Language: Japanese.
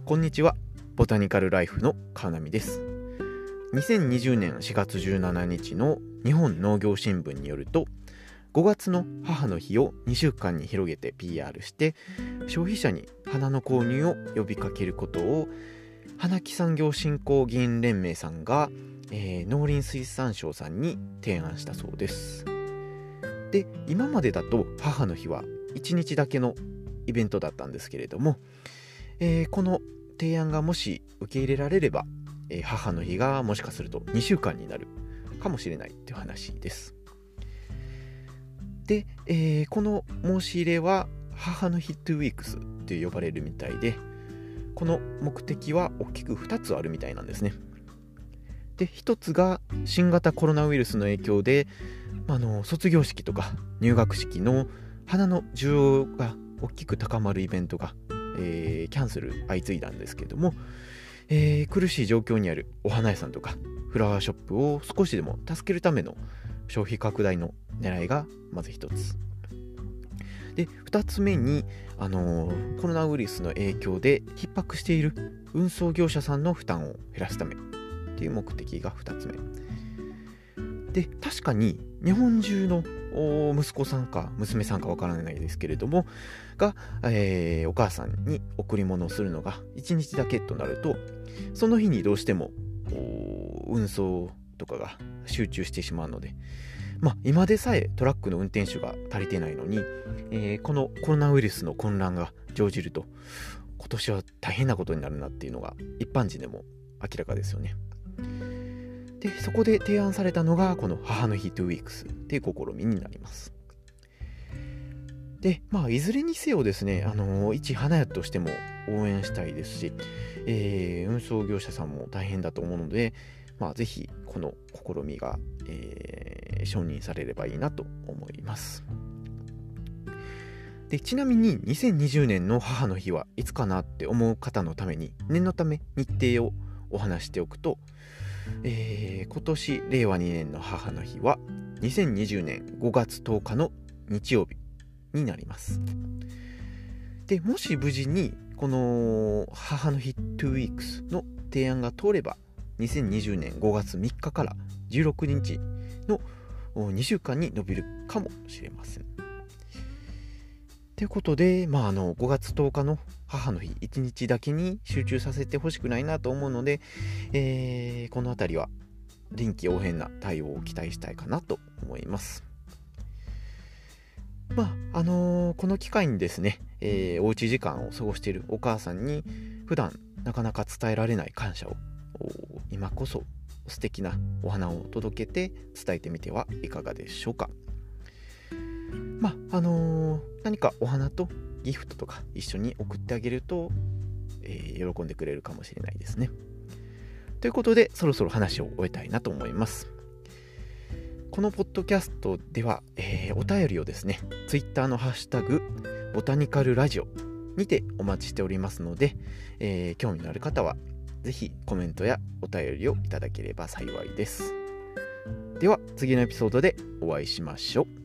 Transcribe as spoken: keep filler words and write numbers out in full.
こんにちは。ボタニカルライフの川波です。にせんにじゅうねんしがつじゅうしちにちの日本農業新聞によると、ごがつの母の日をにしゅうかんに広げて ピーアール して消費者に花の購入を呼びかけることを花木産業振興議員連盟さんが、えー、農林水産省さんに提案したそうです。で、今までだと母の日はいちにちだけのイベントだったんですけれども、えー、この提案がもし受け入れられれば、えー、母の日がもしかするとにしゅうかんになるかもしれないという話です。で、えー、この申し入れは母の日トゥーウィークスと呼ばれるみたいで、この目的は大きくふたつあるみたいなんですね。で、ひとつが新型コロナウイルスの影響で、あの卒業式とか入学式の花の需要が大きく高まるイベントが、えー、キャンセル相次いだんですけども、えー、苦しい状況にあるお花屋さんとかフラワーショップを少しでも助けるための消費拡大の狙いがまず一つで、二つ目に、あのー、コロナウイルスの影響で逼迫している運送業者さんの負担を減らすためという目的が二つ目で、確かに日本中の息子さんか娘さんかわからないですけれどもが、えー、お母さんに贈り物をするのがいちにちだけとなると、その日にどうしても運送とかが集中してしまうので、まあ、今でさえトラックの運転手が足りてないのに、えー、このコロナウイルスの混乱が生じると今年は大変なことになるなっていうのが一般人でも明らかですよね。で、そこで提案されたのがこの母の日トゥーウィークスっていう試みになります。で、まあ、いずれにせよですね、あのー、一花屋としても応援したいですし、えー、運送業者さんも大変だと思うので、まあ、ぜひこの試みが、えー、承認されればいいなと思います。で、ちなみににせんにじゅうねんの母の日はいつかなって思う方のために念のため日程をお話しておくと、えー、今年れいわにねんの母の日はにせんにじゅうねんごがつとおかの日曜日になります。で、もし無事にこの母の日トゥーウィークスの提案が通ればにせんにじゅうねんごがつみっかからじゅうろくにちのにしゅうかんに延びるかもしれません。ということで、まあ、あのごがつとおかの母の日いちにちだけに集中させてほしくないなと思うので、えー、このあたりは臨機応変な対応を期待したいかなと思います。まああのー、この機会にですね、えー、おうち時間を過ごしているお母さんに普段なかなか伝えられない感謝を今こそ素敵なお花を届けて伝えてみてはいかがでしょうか。まああのー、何かお花とギフトとか一緒に送ってあげると、えー、喜んでくれるかもしれないですね。ということで、そろそろ話を終えたいなと思います。このポッドキャストでは、えー、お便りをですね、ツイッターのハッシュタグボタニカルラジオにてお待ちしておりますので、えー、興味のある方はぜひコメントやお便りをいただければ幸いです。では次のエピソードでお会いしましょう。